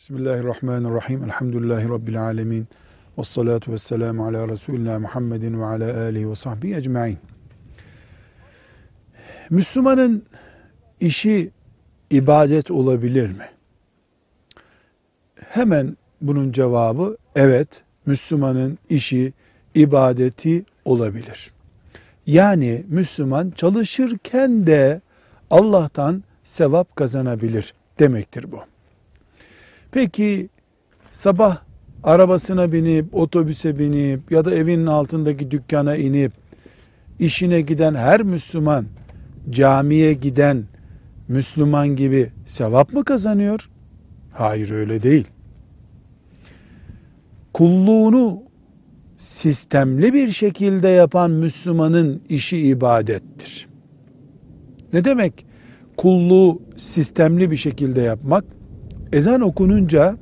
Bismillahirrahmanirrahim. Elhamdülillahi Rabbil alemin. Vessalatu vesselamu ala Resulina Muhammedin ve ala alihi ve sahbihi ecma'in. Müslümanın işi ibadet olabilir mi? Hemen bunun cevabı evet, Müslümanın işi ibadeti olabilir. Yani Müslüman çalışırken de Allah'tan sevap kazanabilir demektir bu. Peki sabah arabasına binip, otobüse binip ya da evinin altındaki dükkana inip işine giden her Müslüman camiye giden Müslüman gibi sevap mı kazanıyor? Hayır, öyle değil. Kulluğunu sistemli bir şekilde yapan Müslümanın işi ibadettir. Ne demek kulluğu sistemli bir şekilde yapmak? Ezan okununca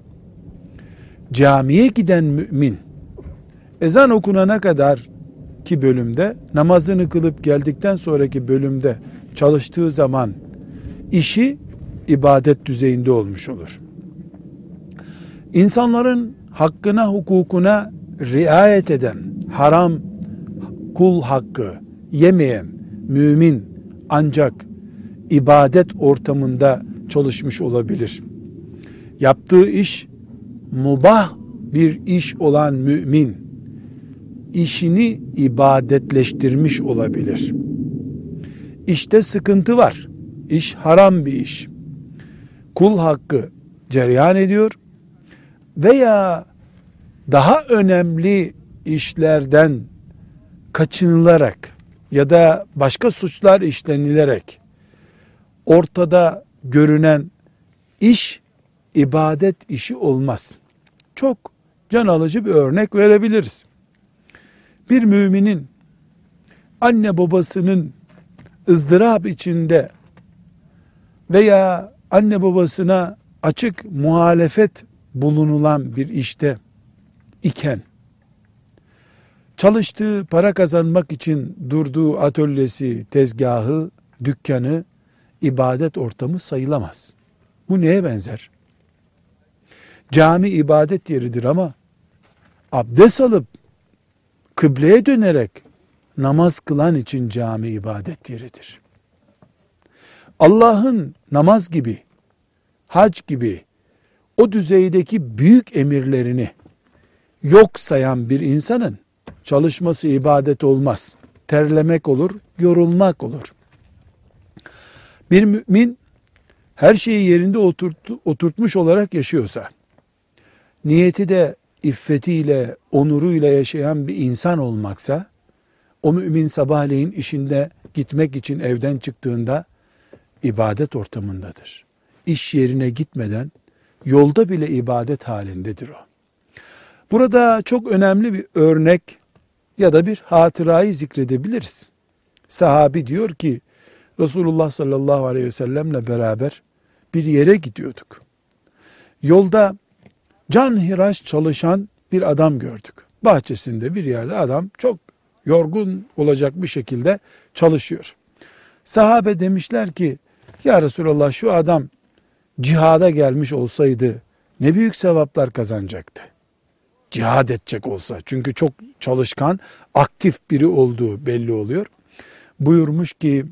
camiye giden mümin, ezan okunana kadar ki bölümde, namazını kılıp geldikten sonraki bölümde çalıştığı zaman işi ibadet düzeyinde olmuş olur. İnsanların hakkına, hukukuna riayet eden, haram kul hakkı yemeyen mümin ancak ibadet ortamında çalışmış olabilir. Yaptığı iş mubah bir iş olan mümin işini ibadetleştirmiş olabilir. İşte sıkıntı var. İş haram bir iş. Kul hakkı cereyan ediyor veya daha önemli işlerden kaçınılarak ya da başka suçlar işlenilerek ortada görünen iş ibadet işi olmaz. Çok can alıcı bir örnek verebiliriz. Bir müminin anne babasının ızdırap içinde veya anne babasına açık muhalefet bulunulan bir işte iken çalıştığı, para kazanmak için durduğu atölyesi, tezgahı, dükkanı ibadet ortamı sayılamaz. Bu neye benzer? Cami ibadet yeridir ama abdest alıp kıbleye dönerek namaz kılan için cami ibadet yeridir. Allah'ın namaz gibi, hac gibi o düzeydeki büyük emirlerini yok sayan bir insanın çalışması ibadet olmaz. Terlemek olur, yorulmak olur. Bir mümin her şeyi yerinde oturtmuş olarak yaşıyorsa, niyeti de iffetiyle, onuruyla yaşayan bir insan olmaksa, o mümin sabahleyin işinde gitmek için evden çıktığında ibadet ortamındadır. İş yerine gitmeden yolda bile ibadet halindedir o. Burada çok önemli bir örnek ya da bir hatırayı zikredebiliriz. Sahabi diyor ki, Resulullah sallallahu aleyhi ve sellemle beraber bir yere gidiyorduk. Yolda canhıraş çalışan bir adam gördük. Bahçesinde bir yerde adam çok yorgun olacak bir şekilde çalışıyor. Sahabe demişler ki, ya Resulallah şu adam cihada gelmiş olsaydı ne büyük sevaplar kazanacaktı. Cihad edecek olsa. Çünkü çok çalışkan, aktif biri olduğu belli oluyor. Buyurmuş ki,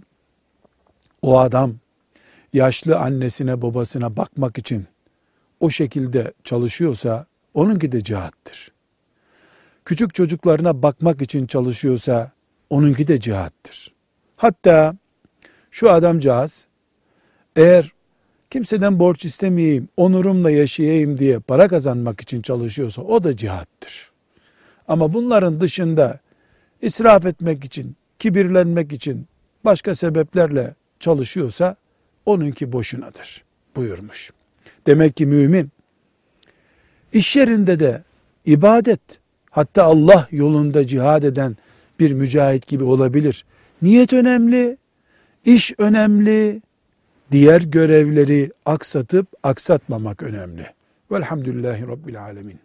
o adam yaşlı annesine babasına bakmak için o şekilde çalışıyorsa onunki de cihattır. Küçük çocuklarına bakmak için çalışıyorsa onunki de cihattır. Hatta şu adamcağız eğer kimseden borç istemeyeyim, onurumla yaşayayım diye para kazanmak için çalışıyorsa o da cihattır. Ama bunların dışında israf etmek için, kibirlenmek için başka sebeplerle çalışıyorsa onunki boşunadır buyurmuş. Demek ki mümin iş yerinde de ibadet, hatta Allah yolunda cihad eden bir mücahit gibi olabilir. Niyet önemli, iş önemli, diğer görevleri aksatıp aksatmamak önemli. Velhamdülillahi Rabbil alemin.